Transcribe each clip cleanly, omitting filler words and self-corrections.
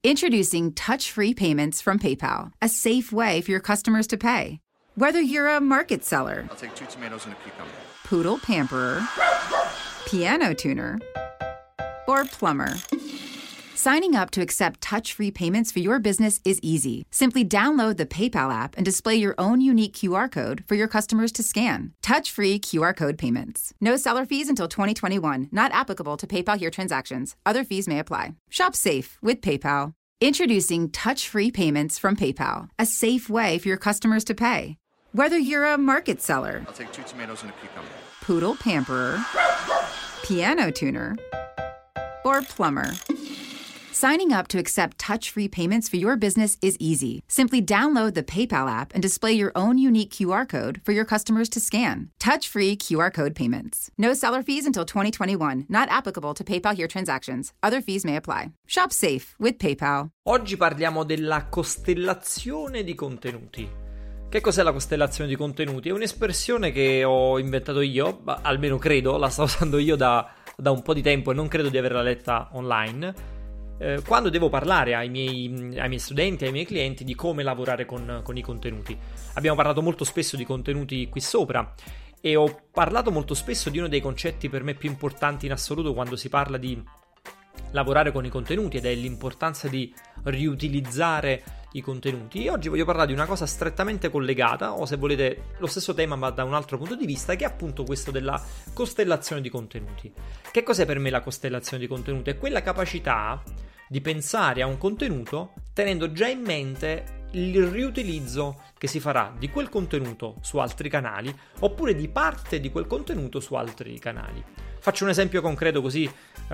Introducing touch-free payments from PayPal, a safe way for your customers to pay. Whether you're a market seller, I'll take 2 tomatoes and a cucumber. poodle pamperer, piano tuner, or plumber, signing up to accept touch-free payments for your business is easy. Simply download the PayPal app and display your own unique QR code for your customers to scan. Touch-free QR code payments. No seller fees until 2021. Not applicable to PayPal Here transactions. Other fees may apply. Shop safe with PayPal. Introducing touch-free payments from PayPal, a safe way for your customers to pay. Whether you're a market seller, I'll take 2 tomatoes and a cucumber. poodle pamperer, piano tuner, or plumber, signing up to accept touch-free payments for your business is easy. Simply download the PayPal app and display your own unique QR code for your customers to scan. Touch-free QR code payments. No seller fees until 2021. Not applicable to PayPal Here transactions. Other fees may apply. Shop safe with PayPal. Oggi parliamo della costellazione di contenuti. Che cos'è la costellazione di contenuti? È un'espressione che ho inventato io, almeno credo, la sto usando io da un po' di tempo e non credo di averla letta online. Quando devo parlare ai miei studenti, ai miei clienti di come lavorare con i contenuti. Abbiamo parlato molto spesso di contenuti qui sopra e ho parlato molto spesso di uno dei concetti per me più importanti in assoluto quando si parla di lavorare con i contenuti, ed è l'importanza di riutilizzare i contenuti. E oggi voglio parlare di una cosa strettamente collegata, o se volete lo stesso tema ma da un altro punto di vista, che è appunto questo della costellazione di contenuti. Che cos'è per me la costellazione di contenuti? È quella capacità di pensare a un contenuto tenendo già in mente il riutilizzo che si farà di quel contenuto su altri canali, oppure di parte di quel contenuto su altri canali. Faccio un esempio concreto così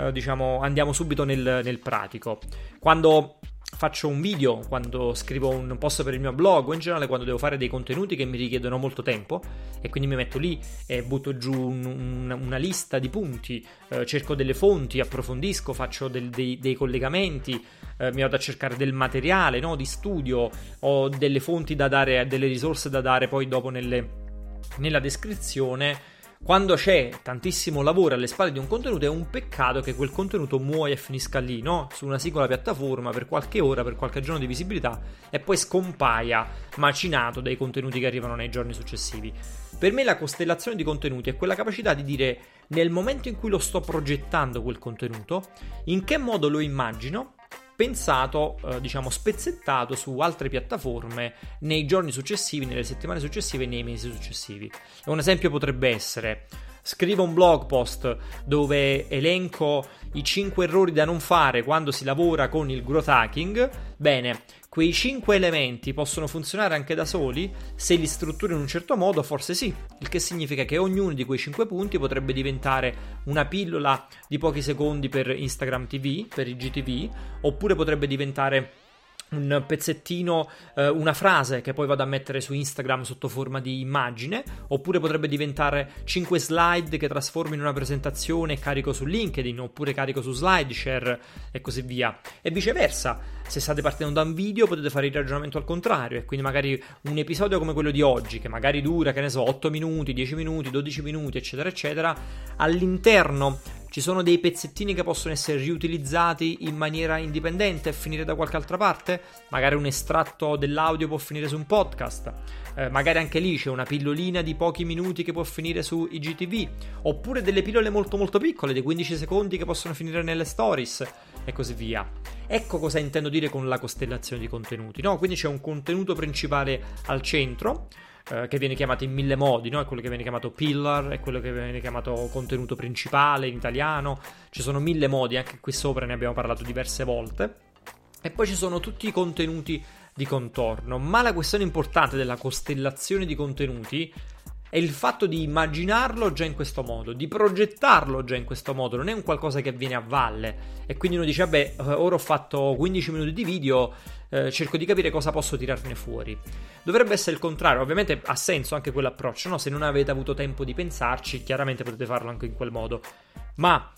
andiamo subito nel pratico. Quando faccio un video, quando scrivo un post per il mio blog, o in generale quando devo fare dei contenuti che mi richiedono molto tempo, e quindi mi metto lì e butto giù una lista di punti, cerco delle fonti, approfondisco, faccio dei collegamenti, mi vado a cercare del materiale, no, di studio, o delle fonti da dare, delle risorse da dare poi dopo nella descrizione. Quando c'è tantissimo lavoro alle spalle di un contenuto, è un peccato che quel contenuto muoia e finisca lì, no? Su una singola piattaforma per qualche ora, per qualche giorno di visibilità, e poi scompaia macinato dai contenuti che arrivano nei giorni successivi. Per me la costellazione di contenuti è quella capacità di dire, nel momento in cui lo sto progettando quel contenuto, in che modo lo immagino, pensato, spezzettato su altre piattaforme nei giorni successivi, nelle settimane successive, nei mesi successivi. Un esempio potrebbe essere: scrivo un blog post dove elenco i 5 errori da non fare quando si lavora con il growth hacking. Bene, quei 5 elementi possono funzionare anche da soli se li strutturo in un certo modo? Forse sì, il che significa che ognuno di quei 5 punti potrebbe diventare una pillola di pochi secondi per Instagram TV, per IGTV, oppure potrebbe diventare un pezzettino, una frase che poi vado a mettere su Instagram sotto forma di immagine, oppure potrebbe diventare 5 slide che trasformo in una presentazione e carico su LinkedIn, oppure carico su SlideShare e così via. E viceversa, se state partendo da un video potete fare il ragionamento al contrario, e quindi magari un episodio come quello di oggi, che magari dura, 8 minuti, 10 minuti, 12 minuti, eccetera eccetera, all'interno ci sono dei pezzettini che possono essere riutilizzati in maniera indipendente e finire da qualche altra parte. Magari un estratto dell'audio può finire su un podcast, magari anche lì c'è una pillolina di pochi minuti che può finire su IGTV, oppure delle pillole molto molto piccole di 15 secondi che possono finire nelle stories e così via. Ecco cosa intendo dire con la costellazione di contenuti, no? Quindi c'è un contenuto principale al centro, che viene chiamato in 1000 modi, no? È quello che viene chiamato pillar, è quello che viene chiamato contenuto principale in italiano. Ci sono 1000 modi, anche qui sopra ne abbiamo parlato diverse volte. E poi ci sono tutti i contenuti di contorno. Ma la questione importante della costellazione di contenuti è il fatto di immaginarlo già in questo modo, di progettarlo già in questo modo. Non è un qualcosa che avviene a valle e quindi uno dice: vabbè, ora ho fatto 15 minuti di video, cerco di capire cosa posso tirarne fuori. Dovrebbe essere il contrario. Ovviamente ha senso anche quell'approccio, no? Se non avete avuto tempo di pensarci, chiaramente potete farlo anche in quel modo, ma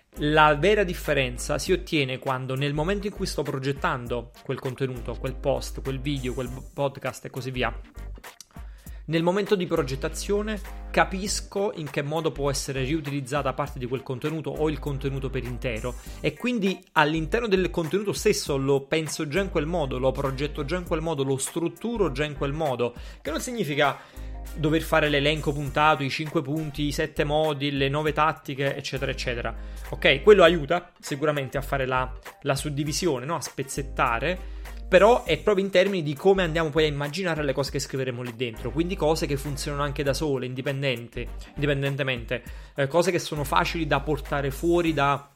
la vera differenza si ottiene quando, nel momento in cui sto progettando quel contenuto, quel post, quel video, quel podcast e così via, nel momento di progettazione capisco in che modo può essere riutilizzata parte di quel contenuto o il contenuto per intero, e quindi all'interno del contenuto stesso lo penso già in quel modo, lo progetto già in quel modo, lo strutturo già in quel modo, che non significa dover fare l'elenco puntato, i 5 punti, i 7 modi, le 9 tattiche, eccetera eccetera. Ok, quello aiuta sicuramente a fare la suddivisione, no? A spezzettare, però è proprio in termini di come andiamo poi a immaginare le cose che scriveremo lì dentro, quindi cose che funzionano anche da sole, indipendentemente, cose che sono facili da portare fuori da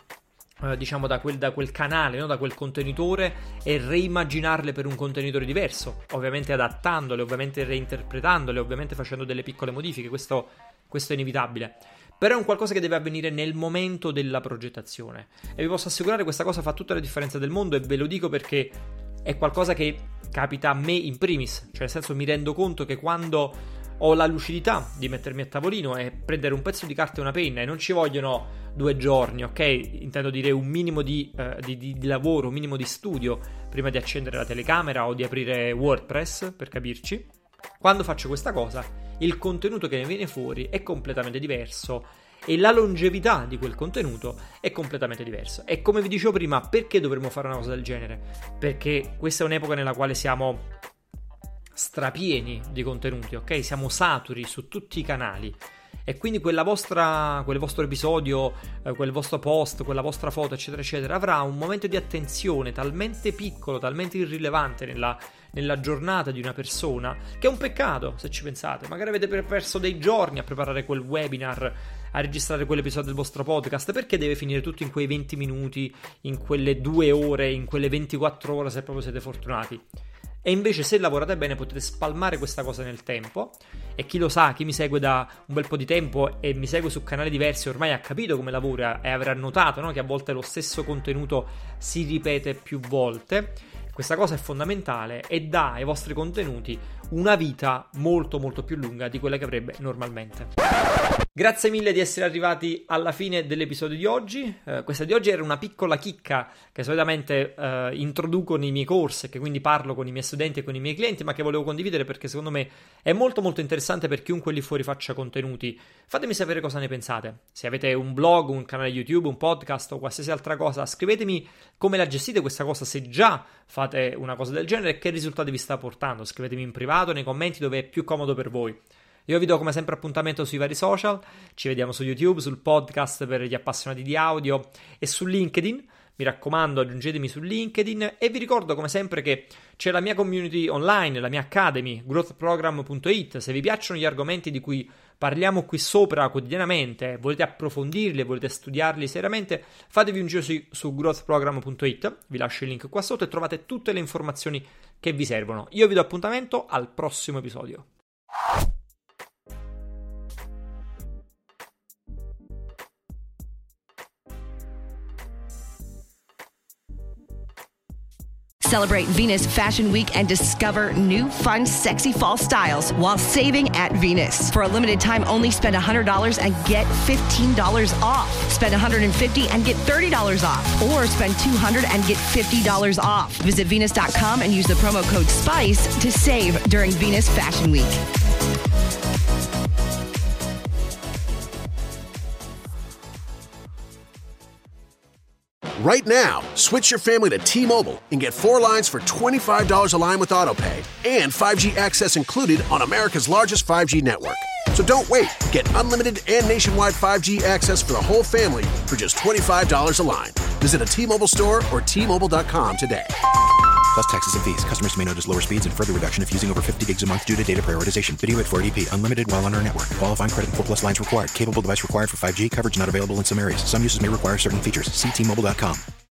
quel canale, no? Da quel contenitore, e reimmaginarle per un contenitore diverso, ovviamente adattandole, ovviamente reinterpretandole, ovviamente facendo delle piccole modifiche. Questo è inevitabile, però è un qualcosa che deve avvenire nel momento della progettazione, e vi posso assicurare questa cosa fa tutta la differenza del mondo, e ve lo dico perché è qualcosa che capita a me in primis, cioè nel senso mi rendo conto che quando ho la lucidità di mettermi a tavolino e prendere un pezzo di carta e una penna, e non ci vogliono 2 giorni, ok? Intendo dire un minimo di lavoro, un minimo di studio prima di accendere la telecamera o di aprire WordPress, per capirci. Quando faccio questa cosa, il contenuto che ne viene fuori è completamente diverso e la longevità di quel contenuto è completamente diversa. E come vi dicevo prima, perché dovremmo fare una cosa del genere? Perché questa è un'epoca nella quale siamo strapieni di contenuti, ok? Siamo saturi su tutti i canali, e quindi quel vostro episodio, quel vostro post, quella vostra foto, eccetera eccetera, avrà un momento di attenzione talmente piccolo, talmente irrilevante nella giornata di una persona, che è un peccato, se ci pensate. Magari avete perso dei giorni a preparare quel webinar, a registrare quell'episodio del vostro podcast, perché deve finire tutto in quei 20 minuti, in quelle 2 ore, in quelle 24 ore, se proprio siete fortunati. E invece, se lavorate bene, potete spalmare questa cosa nel tempo. E chi lo sa, chi mi segue da un bel po' di tempo e mi segue su canali diversi, ormai ha capito come lavora e avrà notato, no, che a volte lo stesso contenuto si ripete più volte. Questa cosa è fondamentale e dà ai vostri contenuti una vita molto molto più lunga di quella che avrebbe normalmente. Grazie mille di essere arrivati alla fine dell'episodio di oggi. Questa di oggi era una piccola chicca che solitamente introduco nei miei corsi, che quindi parlo con i miei studenti e con i miei clienti, ma che volevo condividere perché secondo me è molto molto interessante per chiunque lì fuori faccia contenuti. Fatemi sapere cosa ne pensate. Se avete un blog, un canale YouTube, un podcast o qualsiasi altra cosa, scrivetemi come la gestite questa cosa, se già fate una cosa del genere e che risultati vi sta portando. Scrivetemi in privato, nei commenti, dove è più comodo per voi. Io vi do come sempre appuntamento sui vari social, ci vediamo su YouTube, sul podcast per gli appassionati di audio e su LinkedIn. Mi raccomando, aggiungetemi su LinkedIn, e vi ricordo come sempre che c'è la mia community online, la mia academy, growthprogram.it. Se vi piacciono gli argomenti di cui parliamo qui sopra quotidianamente, volete approfondirli, volete studiarli seriamente, fatevi un giro su growthprogram.it, vi lascio il link qua sotto e trovate tutte le informazioni che vi servono. Io vi do appuntamento al prossimo episodio. Celebrate Venus Fashion Week and discover new, fun, sexy fall styles while saving at Venus. For a limited time, only spend $100 and get $15 off. Spend $150 and get $30 off. Or spend $200 and get $50 off. Visit Venus.com and use the promo code SPICE to save during Venus Fashion Week. Right now, switch your family to T-Mobile and get 4 lines for $25 a line with AutoPay and 5G access included on America's largest 5G network. So don't wait. Get unlimited and nationwide 5G access for the whole family for just $25 a line. Visit a T-Mobile store or T-Mobile.com today. Plus taxes and fees. Customers may notice lower speeds and further reduction if using over 50 gigs a month due to data prioritization. Video at 480p. Unlimited while on our network. Qualifying credit and 4+ lines required. Capable device required for 5G. Coverage not available in some areas. Some uses may require certain features. See T-Mobile.com.